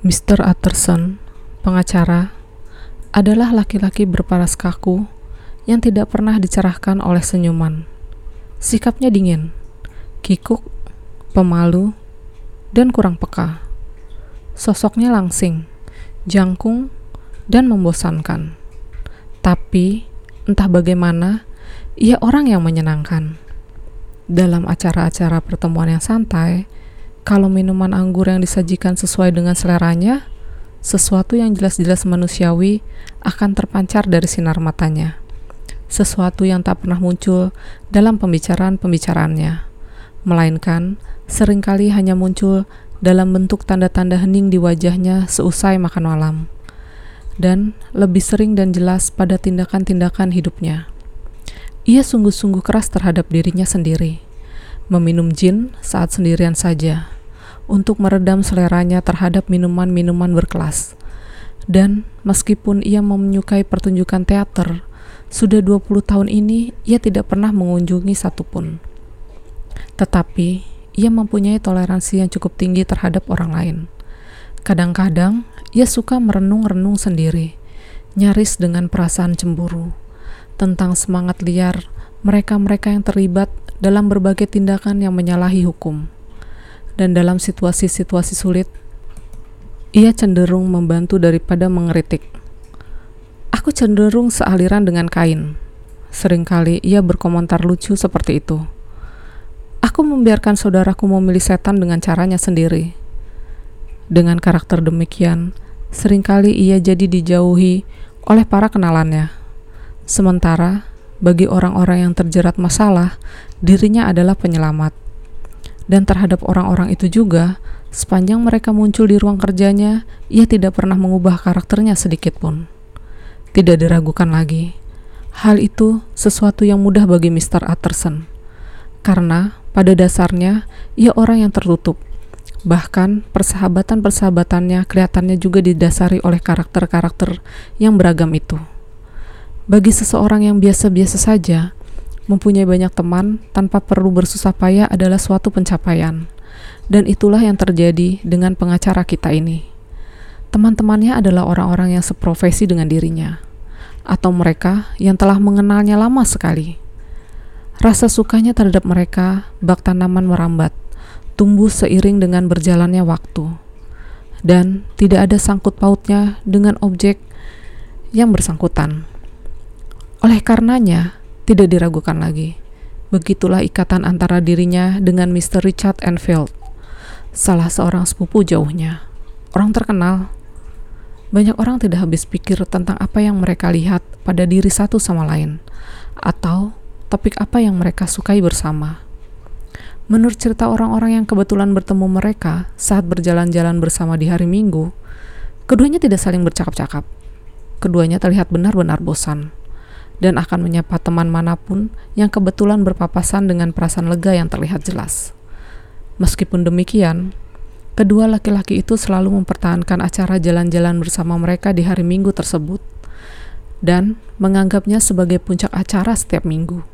Mr. Utterson, pengacara, adalah laki-laki berparas kaku yang tidak pernah dicerahkan oleh senyuman. Sikapnya dingin, kikuk, pemalu, dan kurang peka. Sosoknya langsing, jangkung, dan membosankan. Tapi, entah bagaimana, ia orang yang menyenangkan. Dalam acara-acara pertemuan yang santai, kalau minuman anggur yang disajikan sesuai dengan seleranya, sesuatu yang jelas-jelas manusiawi akan terpancar dari sinar matanya. Sesuatu yang tak pernah muncul dalam pembicaraan-pembicaraannya, melainkan seringkali hanya muncul dalam bentuk tanda-tanda hening di wajahnya seusai makan malam, dan lebih sering dan jelas pada tindakan-tindakan hidupnya. Ia sungguh-sungguh keras terhadap dirinya sendiri, meminum gin saat sendirian saja, untuk meredam seleranya terhadap minuman-minuman berkelas. Dan meskipun ia menyukai pertunjukan teater, sudah 20 tahun ini ia tidak pernah mengunjungi satupun. Tetapi, ia mempunyai toleransi yang cukup tinggi terhadap orang lain. Kadang-kadang, ia suka merenung-renung sendiri, nyaris dengan perasaan cemburu, tentang semangat liar mereka-mereka yang terlibat dalam berbagai tindakan yang menyalahi hukum. Dan dalam situasi-situasi sulit, ia cenderung membantu daripada mengkritik. Aku cenderung sealiran dengan Kain. Seringkali ia berkomentar lucu seperti itu. Aku membiarkan saudaraku memilih setan dengan caranya sendiri. Dengan karakter demikian, seringkali ia jadi dijauhi oleh para kenalannya. Sementara, bagi orang-orang yang terjerat masalah, dirinya adalah penyelamat. Dan terhadap orang-orang itu juga, sepanjang mereka muncul di ruang kerjanya, ia tidak pernah mengubah karakternya sedikit pun. Tidak diragukan lagi. Hal itu sesuatu yang mudah bagi Mr. Utterson. Karena pada dasarnya, ia orang yang tertutup. Bahkan persahabatan-persahabatannya kelihatannya juga didasari oleh karakter-karakter yang beragam itu. Bagi seseorang yang biasa-biasa saja, mempunyai banyak teman tanpa perlu bersusah payah adalah suatu pencapaian. Dan itulah yang terjadi dengan pengacara kita ini. Teman-temannya adalah orang-orang yang seprofesi dengan dirinya, atau mereka yang telah mengenalnya lama sekali. Rasa sukanya terhadap mereka bak tanaman merambat, tumbuh seiring dengan berjalannya waktu, dan tidak ada sangkut pautnya dengan objek yang bersangkutan. Oleh karenanya, tidak diragukan lagi, begitulah ikatan antara dirinya dengan Mr. Richard Enfield, salah seorang sepupu jauhnya, orang terkenal. Banyak orang tidak habis pikir tentang apa yang mereka lihat pada diri satu sama lain, atau topik apa yang mereka sukai bersama. Menurut cerita orang-orang yang kebetulan bertemu mereka saat berjalan-jalan bersama di hari Minggu, keduanya tidak saling bercakap-cakap. Keduanya terlihat benar-benar bosan, dan akan menyapa teman manapun yang kebetulan berpapasan dengan perasaan lega yang terlihat jelas. Meskipun demikian, kedua laki-laki itu selalu mempertahankan acara jalan-jalan bersama mereka di hari Minggu tersebut, dan menganggapnya sebagai puncak acara setiap minggu.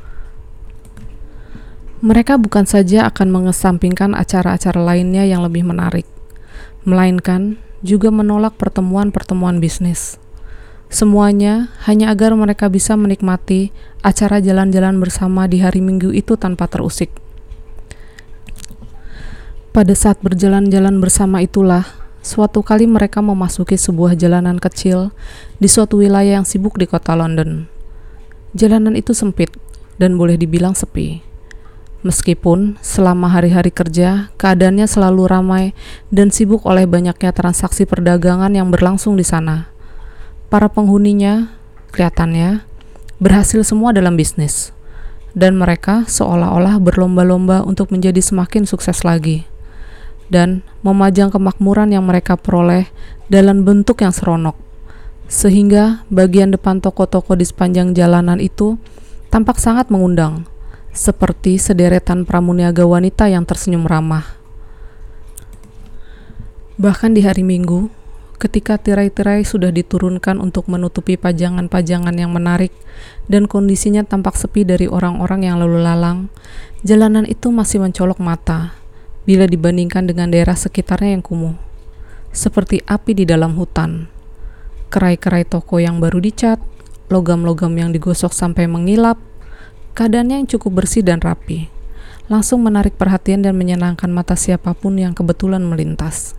Mereka bukan saja akan mengesampingkan acara-acara lainnya yang lebih menarik, melainkan juga menolak pertemuan-pertemuan bisnis. Semuanya hanya agar mereka bisa menikmati acara jalan-jalan bersama di hari Minggu itu tanpa terusik. Pada saat berjalan-jalan bersama itulah, suatu kali mereka memasuki sebuah jalanan kecil di suatu wilayah yang sibuk di kota London. Jalanan itu sempit dan boleh dibilang sepi. Meskipun selama hari-hari kerja, keadaannya selalu ramai dan sibuk oleh banyaknya transaksi perdagangan yang berlangsung di sana. Para penghuninya, kelihatannya, berhasil semua dalam bisnis, dan mereka seolah-olah berlomba-lomba untuk menjadi semakin sukses lagi, dan memajang kemakmuran yang mereka peroleh dalam bentuk yang seronok, sehingga bagian depan toko-toko di sepanjang jalanan itu tampak sangat mengundang, seperti sederetan pramuniaga wanita yang tersenyum ramah. Bahkan di hari Minggu, ketika tirai-tirai sudah diturunkan untuk menutupi pajangan-pajangan yang menarik dan kondisinya tampak sepi dari orang-orang yang lalu lalang, jalanan itu masih mencolok mata bila dibandingkan dengan daerah sekitarnya yang kumuh. seperti api di dalam hutan. Kerai-kerai toko yang baru dicat, logam-logam yang digosok sampai mengilap, keadaannya yang cukup bersih dan rapi, langsung menarik perhatian dan menyenangkan mata siapapun yang kebetulan melintas.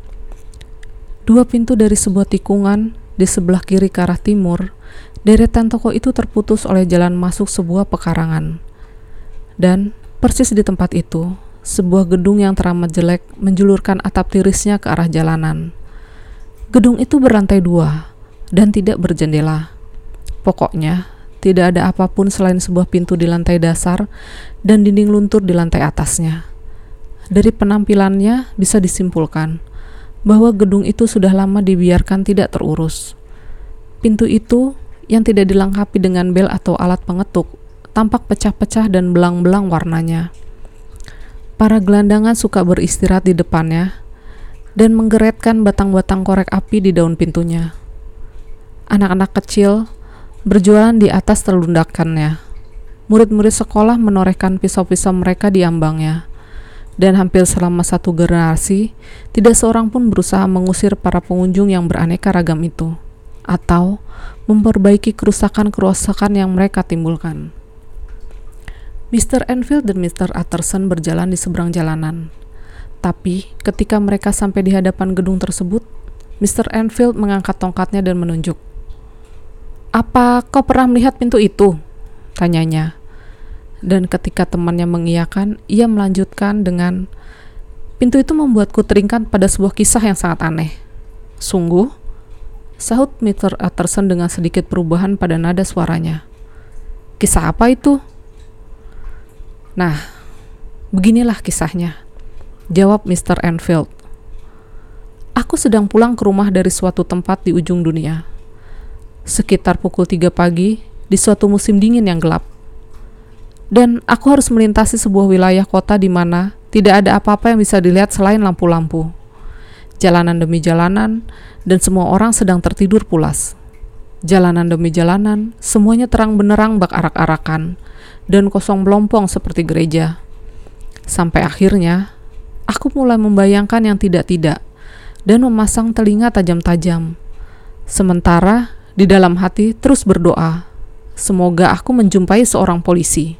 2 pintu dari sebuah tikungan di sebelah kiri ke arah timur, deretan toko itu terputus oleh jalan masuk sebuah pekarangan. Dan persis di tempat itu, sebuah gedung yang teramat jelek menjulurkan atap tirisnya ke arah jalanan. Gedung itu berlantai 2 dan tidak berjendela. Pokoknya, tidak ada apapun selain sebuah pintu di lantai dasar dan dinding luntur di lantai atasnya. Dari penampilannya bisa disimpulkan bahwa gedung itu sudah lama dibiarkan tidak terurus. Pintu itu yang tidak dilengkapi dengan bel atau alat pengetuk tampak pecah-pecah dan belang-belang warnanya. Para gelandangan suka beristirahat di depannya dan menggeretkan batang-batang korek api di daun pintunya. Anak-anak kecil berjualan di atas terlundakannya. Murid-murid sekolah menorehkan pisau-pisau mereka di ambangnya. Dan hampir selama 1 generasi, tidak seorang pun berusaha mengusir para pengunjung yang beraneka ragam itu, atau memperbaiki kerusakan-kerusakan yang mereka timbulkan. Mr. Enfield dan Mr. Utterson berjalan di seberang jalanan. Tapi ketika mereka sampai di hadapan gedung tersebut, Mr. Enfield mengangkat tongkatnya dan menunjuk. "Apa kau pernah melihat pintu itu?" tanyanya. Dan ketika temannya mengiyakan, ia melanjutkan dengan, "Pintu itu membuatku teringat pada sebuah kisah yang sangat aneh." "Sungguh?" sahut Mr. Utterson dengan sedikit perubahan pada nada suaranya. "Kisah apa itu?" "Nah, beginilah kisahnya," jawab Mr. Enfield. "Aku sedang pulang ke rumah dari suatu tempat di ujung dunia. Sekitar pukul 3 pagi di suatu musim dingin yang gelap. Dan aku harus melintasi sebuah wilayah kota di mana tidak ada apa-apa yang bisa dilihat selain lampu-lampu. Jalanan demi jalanan, dan semua orang sedang tertidur pulas. Jalanan demi jalanan, semuanya terang benderang bak arak-arakan, dan kosong melompong seperti gereja. Sampai akhirnya, aku mulai membayangkan yang tidak-tidak, dan memasang telinga tajam-tajam. Sementara, di dalam hati terus berdoa, semoga aku menjumpai seorang polisi.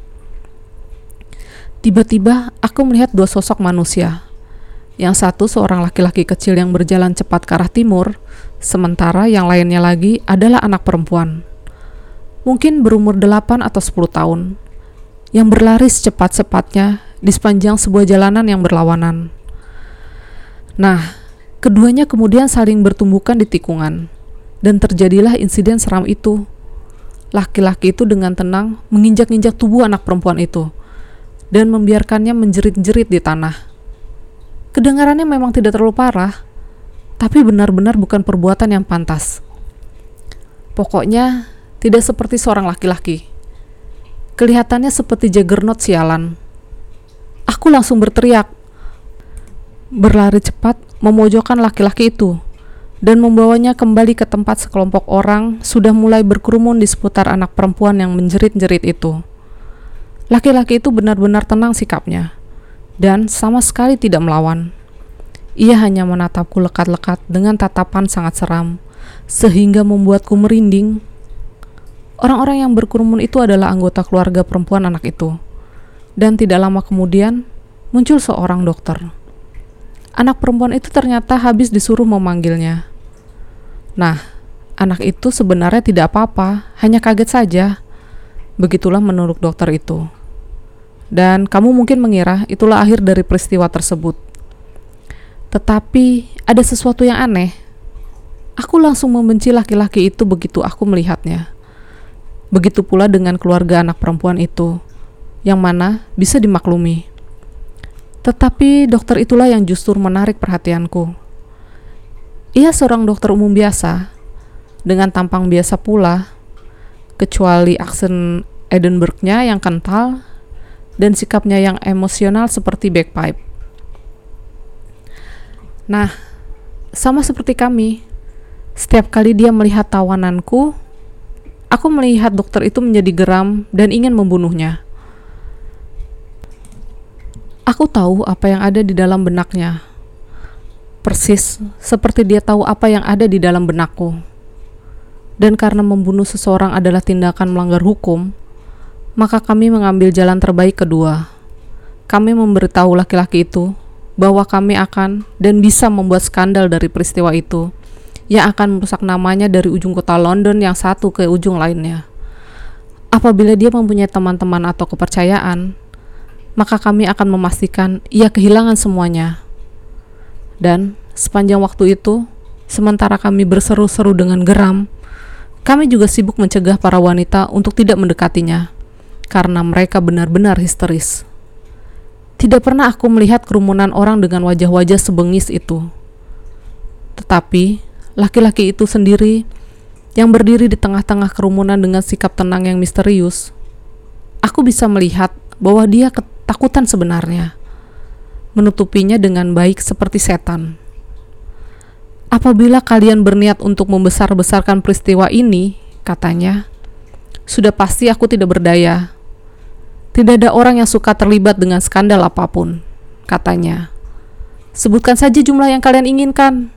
Tiba-tiba, aku melihat 2 sosok manusia. Yang satu seorang laki-laki kecil yang berjalan cepat ke arah timur, sementara yang lainnya lagi adalah anak perempuan. Mungkin berumur 8 atau 10 tahun. Yang berlari secepat-cepatnya di sepanjang sebuah jalanan yang berlawanan. Nah, keduanya kemudian saling bertumbukan di tikungan, dan terjadilah insiden seram itu. Laki-laki itu dengan tenang menginjak-injak tubuh anak perempuan itu, dan membiarkannya menjerit-jerit di tanah. Kedengarannya memang tidak terlalu parah, tapi benar-benar bukan perbuatan yang pantas. Pokoknya, tidak seperti seorang laki-laki. Kelihatannya seperti juggernaut sialan. Aku langsung berteriak, berlari cepat memojokkan laki-laki itu, dan membawanya kembali ke tempat sekelompok orang sudah mulai berkerumun di seputar anak perempuan yang menjerit-jerit itu. Laki-laki itu benar-benar tenang sikapnya, dan sama sekali tidak melawan. Ia hanya menatapku lekat-lekat dengan tatapan sangat seram, sehingga membuatku merinding. Orang-orang yang berkerumun itu adalah anggota keluarga perempuan anak itu. Dan tidak lama kemudian, muncul seorang dokter. Anak perempuan itu ternyata habis disuruh memanggilnya. Nah, anak itu sebenarnya tidak apa-apa, hanya kaget saja. Begitulah menurut dokter itu. Dan kamu mungkin mengira itulah akhir dari peristiwa tersebut. Tetapi ada sesuatu yang aneh. Aku langsung membenci laki-laki itu begitu aku melihatnya. Begitu pula dengan keluarga anak perempuan itu, yang mana bisa dimaklumi. Tetapi dokter itulah yang justru menarik perhatianku. Ia seorang dokter umum biasa, dengan tampang biasa pula, kecuali aksen Edinburgh-nya yang kental, dan sikapnya yang emosional seperti bagpipe. Nah, sama seperti kami, setiap kali dia melihat tawananku, aku melihat dokter itu menjadi geram dan ingin membunuhnya. Aku tahu apa yang ada di dalam benaknya. persis seperti dia tahu apa yang ada di dalam benakku. Dan karena membunuh seseorang adalah tindakan melanggar hukum, maka kami mengambil jalan terbaik kedua. Kami memberitahu laki-laki itu bahwa kami akan dan bisa membuat skandal dari peristiwa itu yang akan merusak namanya dari ujung kota London yang satu ke ujung lainnya. Apabila dia mempunyai teman-teman atau kepercayaan, maka kami akan memastikan ia kehilangan semuanya. Dan sepanjang waktu itu, sementara kami berseru-seru dengan geram, kami juga sibuk mencegah para wanita untuk tidak mendekatinya, karena mereka benar-benar histeris. Tidak pernah aku melihat kerumunan orang dengan wajah-wajah sebengis itu. Tetapi, laki-laki itu sendiri yang berdiri di tengah-tengah kerumunan dengan sikap tenang yang misterius, aku bisa melihat bahwa dia ketakutan sebenarnya, menutupinya dengan baik seperti setan. Apabila kalian berniat untuk membesar-besarkan peristiwa ini, katanya, sudah pasti aku tidak berdaya. Tidak ada orang yang suka terlibat dengan skandal apapun, katanya. Sebutkan saja jumlah yang kalian inginkan.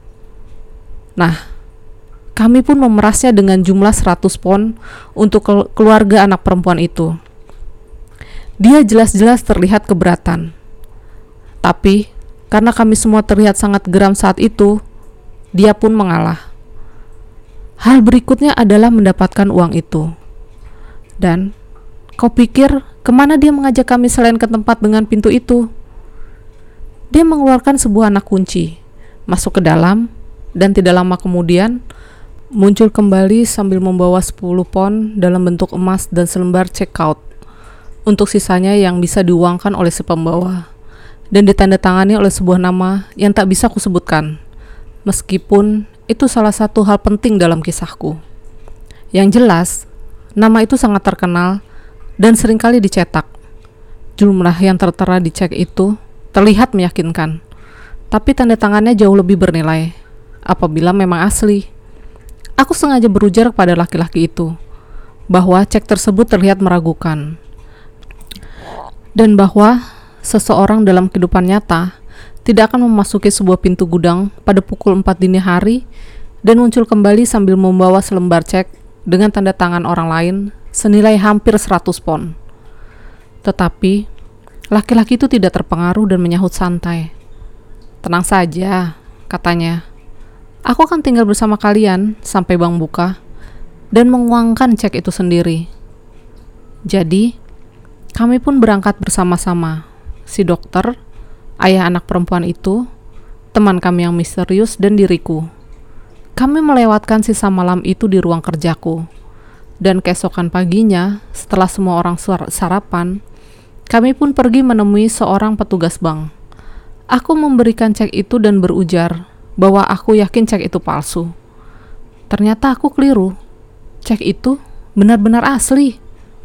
Nah, kami pun memerasnya dengan jumlah 100 pon untuk keluarga anak perempuan itu. Dia jelas-jelas terlihat keberatan. Tapi, karena kami semua terlihat sangat geram saat itu, dia pun mengalah. Hal berikutnya adalah mendapatkan uang itu. Dan, kau pikir kemana dia mengajak kami selain ke tempat dengan pintu itu? Dia mengeluarkan sebuah anak kunci, masuk ke dalam, dan tidak lama kemudian, muncul kembali sambil membawa 10 pon dalam bentuk emas dan selembar checkout untuk sisanya yang bisa diuangkan oleh si pembawa dan ditandatangani oleh sebuah nama yang tak bisa kusebutkan, meskipun itu salah satu hal penting dalam kisahku. Yang jelas, nama itu sangat terkenal dan seringkali dicetak. Jumlah yang tertera di cek itu terlihat meyakinkan, tapi tanda tangannya jauh lebih bernilai apabila memang asli. Aku sengaja berujar kepada laki-laki itu bahwa cek tersebut terlihat meragukan dan bahwa seseorang dalam kehidupan nyata tidak akan memasuki sebuah pintu gudang pada pukul 4 dini hari dan muncul kembali sambil membawa selembar cek dengan tanda tangan orang lain senilai hampir 100 pon. Tetapi laki-laki itu tidak terpengaruh dan menyahut santai. Tenang saja, katanya. Aku akan tinggal bersama kalian sampai bank buka dan menguangkan cek itu sendiri. Jadi, kami pun berangkat bersama-sama. Si dokter, ayah anak perempuan itu, teman kami yang misterius, dan diriku. Kami melewatkan sisa malam itu di ruang kerjaku. Dan keesokan paginya, setelah semua orang sarapan, kami pun pergi menemui seorang petugas bank. Aku memberikan cek itu dan berujar bahwa aku yakin cek itu palsu. Ternyata aku keliru. Cek itu benar-benar asli,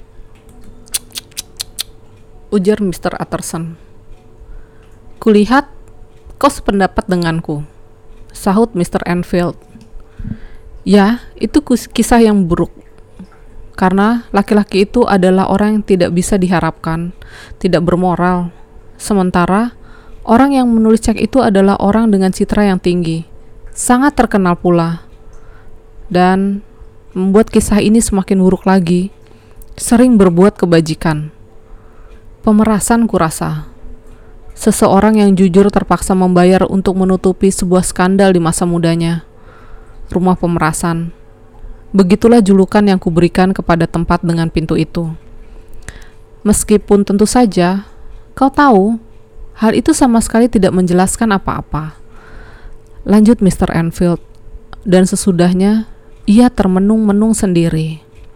ujar Mr. Utterson. Kulihat kau sependapat denganku, sahut Mr. Enfield. Ya, itu kisah yang buruk. Karena laki-laki itu adalah orang yang tidak bisa diharapkan, tidak bermoral. Sementara orang yang menulis cek itu adalah orang dengan citra yang tinggi, sangat terkenal pula. Dan membuat kisah ini semakin buruk lagi, sering berbuat kebajikan. Pemerasan kurasa. Seseorang yang jujur terpaksa membayar untuk menutupi sebuah skandal di masa mudanya. Rumah pemerasan. Begitulah julukan yang kuberikan kepada tempat dengan pintu itu. Meskipun tentu saja, kau tahu, hal itu sama sekali tidak menjelaskan apa-apa. Lanjut Mr. Enfield, dan sesudahnya ia termenung-menung sendiri.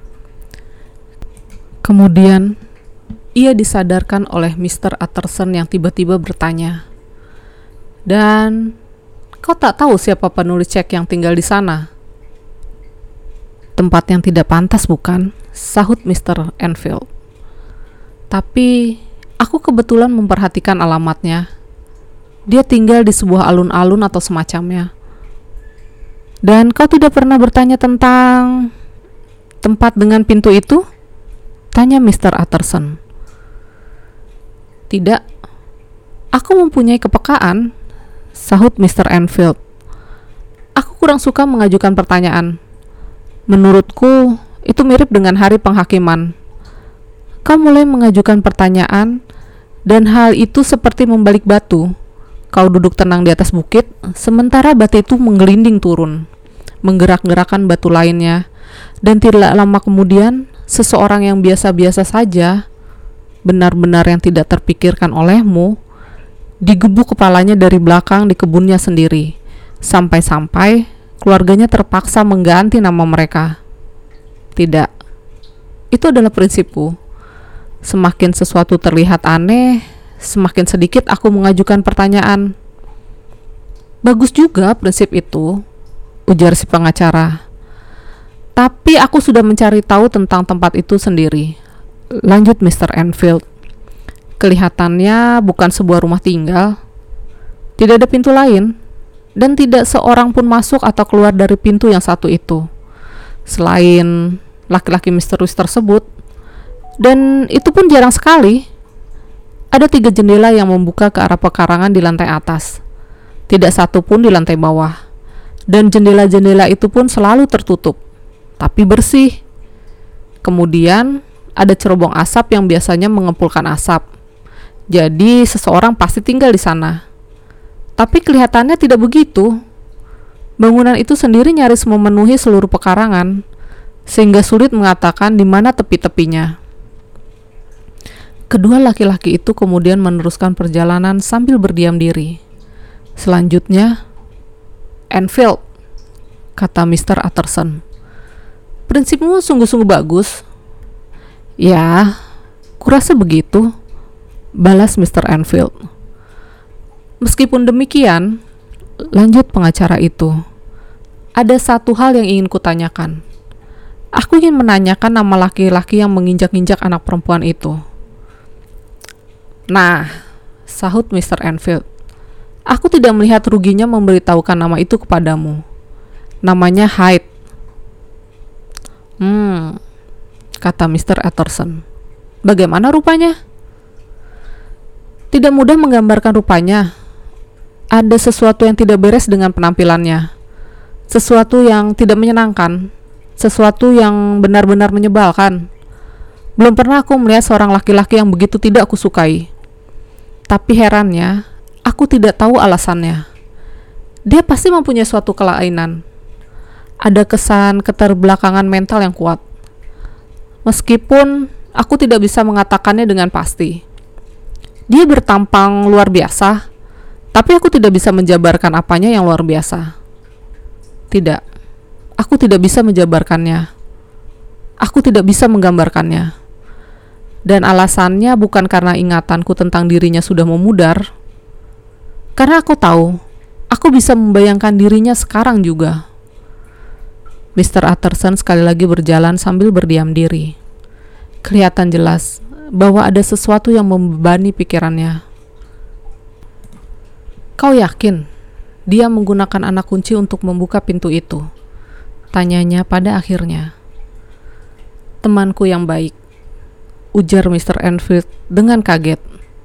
Kemudian, ia disadarkan oleh Mr. Utterson yang tiba-tiba bertanya, "Dan kau tak tahu siapa penulis cek yang tinggal di sana?" "Tempat yang tidak pantas, bukan?" sahut Mr. Enfield. "Tapi aku kebetulan memperhatikan alamatnya. Dia tinggal di sebuah alun-alun atau semacamnya." "Dan kau tidak pernah bertanya tentang tempat dengan pintu itu?" tanya Mr. Utterson. "Tidak. Aku mempunyai kepekaan. sahut Mr. Enfield. Aku kurang suka mengajukan pertanyaan. Menurutku, itu mirip dengan hari penghakiman. Kau mulai mengajukan pertanyaan, dan hal itu seperti membalik batu. Kau duduk tenang di atas bukit, sementara batu itu menggelinding turun, menggerak-gerakkan batu lainnya, dan tidak lama kemudian, seseorang yang biasa-biasa saja, benar-benar yang tidak terpikirkan olehmu, digebuk kepalanya dari belakang di kebunnya sendiri, sampai-sampai keluarganya terpaksa mengganti nama mereka. Tidak, itu adalah prinsipku. Semakin sesuatu terlihat aneh, semakin sedikit aku mengajukan pertanyaan. Bagus juga prinsip itu, ujar si pengacara. Tapi aku sudah mencari tahu tentang tempat itu sendiri, lanjut Mr. Enfield. Kelihatannya bukan sebuah rumah tinggal. Tidak ada pintu lain, dan tidak seorang pun masuk atau keluar dari pintu yang satu itu, selain laki-laki misterius tersebut. Dan itu pun jarang sekali. Ada 3 jendela yang membuka ke arah pekarangan di lantai atas, tidak satu pun di lantai bawah. Dan jendela-jendela itu pun selalu tertutup, tapi bersih. Kemudian ada cerobong asap yang biasanya mengepulkan asap. Jadi seseorang pasti tinggal di sana. Tapi kelihatannya tidak begitu. Bangunan itu sendiri nyaris memenuhi seluruh pekarangan, sehingga sulit mengatakan di mana tepi-tepinya. Kedua laki-laki itu kemudian meneruskan perjalanan sambil berdiam diri. Selanjutnya, Enfield, kata Mr. Utterson. Prinsipmu sungguh-sungguh bagus. Ya, kurasa begitu, balas Mr. Enfield. Meskipun demikian, lanjut pengacara itu, ada satu hal yang ingin kutanyakan. Aku ingin menanyakan nama laki-laki yang menginjak-injak anak perempuan itu. Nah, sahut Mr. Enfield, aku tidak melihat ruginya memberitahukan nama itu kepadamu. Namanya Hyde. Kata Mr. Utterson. Bagaimana rupanya? Tidak mudah menggambarkan rupanya. Ada sesuatu yang tidak beres dengan penampilannya. Sesuatu yang tidak menyenangkan. Sesuatu yang benar-benar menyebalkan. Belum pernah aku melihat seorang laki-laki yang begitu tidak aku sukai. Tapi herannya, aku tidak tahu alasannya. Dia pasti mempunyai suatu kelainan. Ada kesan keterbelakangan mental yang kuat. Meskipun aku tidak bisa mengatakannya dengan pasti. Dia bertampang luar biasa, tapi aku tidak bisa menjabarkan apanya yang luar biasa. Tidak, aku tidak bisa menjabarkannya. Aku tidak bisa menggambarkannya. Dan alasannya bukan karena ingatanku tentang dirinya sudah memudar. Karena aku tahu, aku bisa membayangkan dirinya sekarang juga. Mr. Utterson sekali lagi berjalan sambil berdiam diri. Kelihatan jelas bahwa ada sesuatu yang membebani pikirannya. Kau yakin dia menggunakan anak kunci untuk membuka pintu itu? Tanyanya pada akhirnya. Temanku yang baik, ujar Mr. Enfield dengan kaget.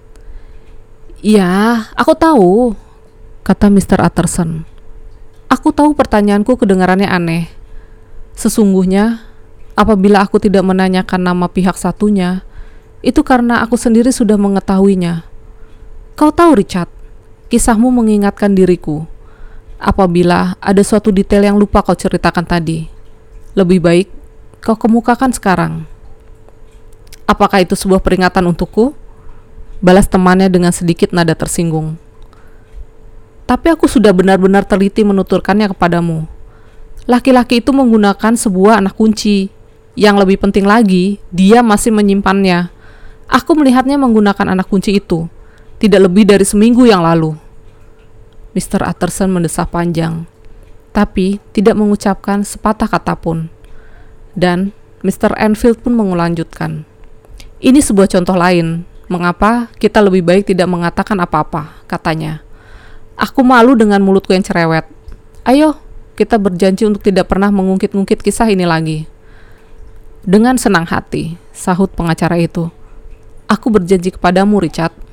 Ya, aku tahu, kata Mr. Utterson. Aku tahu pertanyaanku kedengarannya aneh. Sesungguhnya, apabila aku tidak menanyakan nama pihak satunya, itu karena aku sendiri sudah mengetahuinya. Kau tahu, Richard, kisahmu mengingatkan diriku. Apabila ada suatu detail yang lupa kau ceritakan tadi, lebih baik kau kemukakan sekarang. Apakah itu sebuah peringatan untukku? Balas temannya dengan sedikit nada tersinggung. Tapi aku sudah benar-benar teliti menuturkannya kepadamu. Laki-laki itu menggunakan sebuah anak kunci. Yang lebih penting lagi, dia masih menyimpannya. Aku melihatnya menggunakan anak kunci itu, tidak lebih dari seminggu yang lalu. Mr. Utterson mendesah panjang, tapi tidak mengucapkan sepatah kata pun. Dan Mr. Enfield pun melanjutkan. Ini sebuah contoh lain, mengapa kita lebih baik tidak mengatakan apa-apa, katanya. Aku malu dengan mulutku yang cerewet. Ayo, kita berjanji untuk tidak pernah mengungkit-ungkit kisah ini lagi. Dengan senang hati, sahut pengacara itu. Aku berjanji kepadamu, Richard.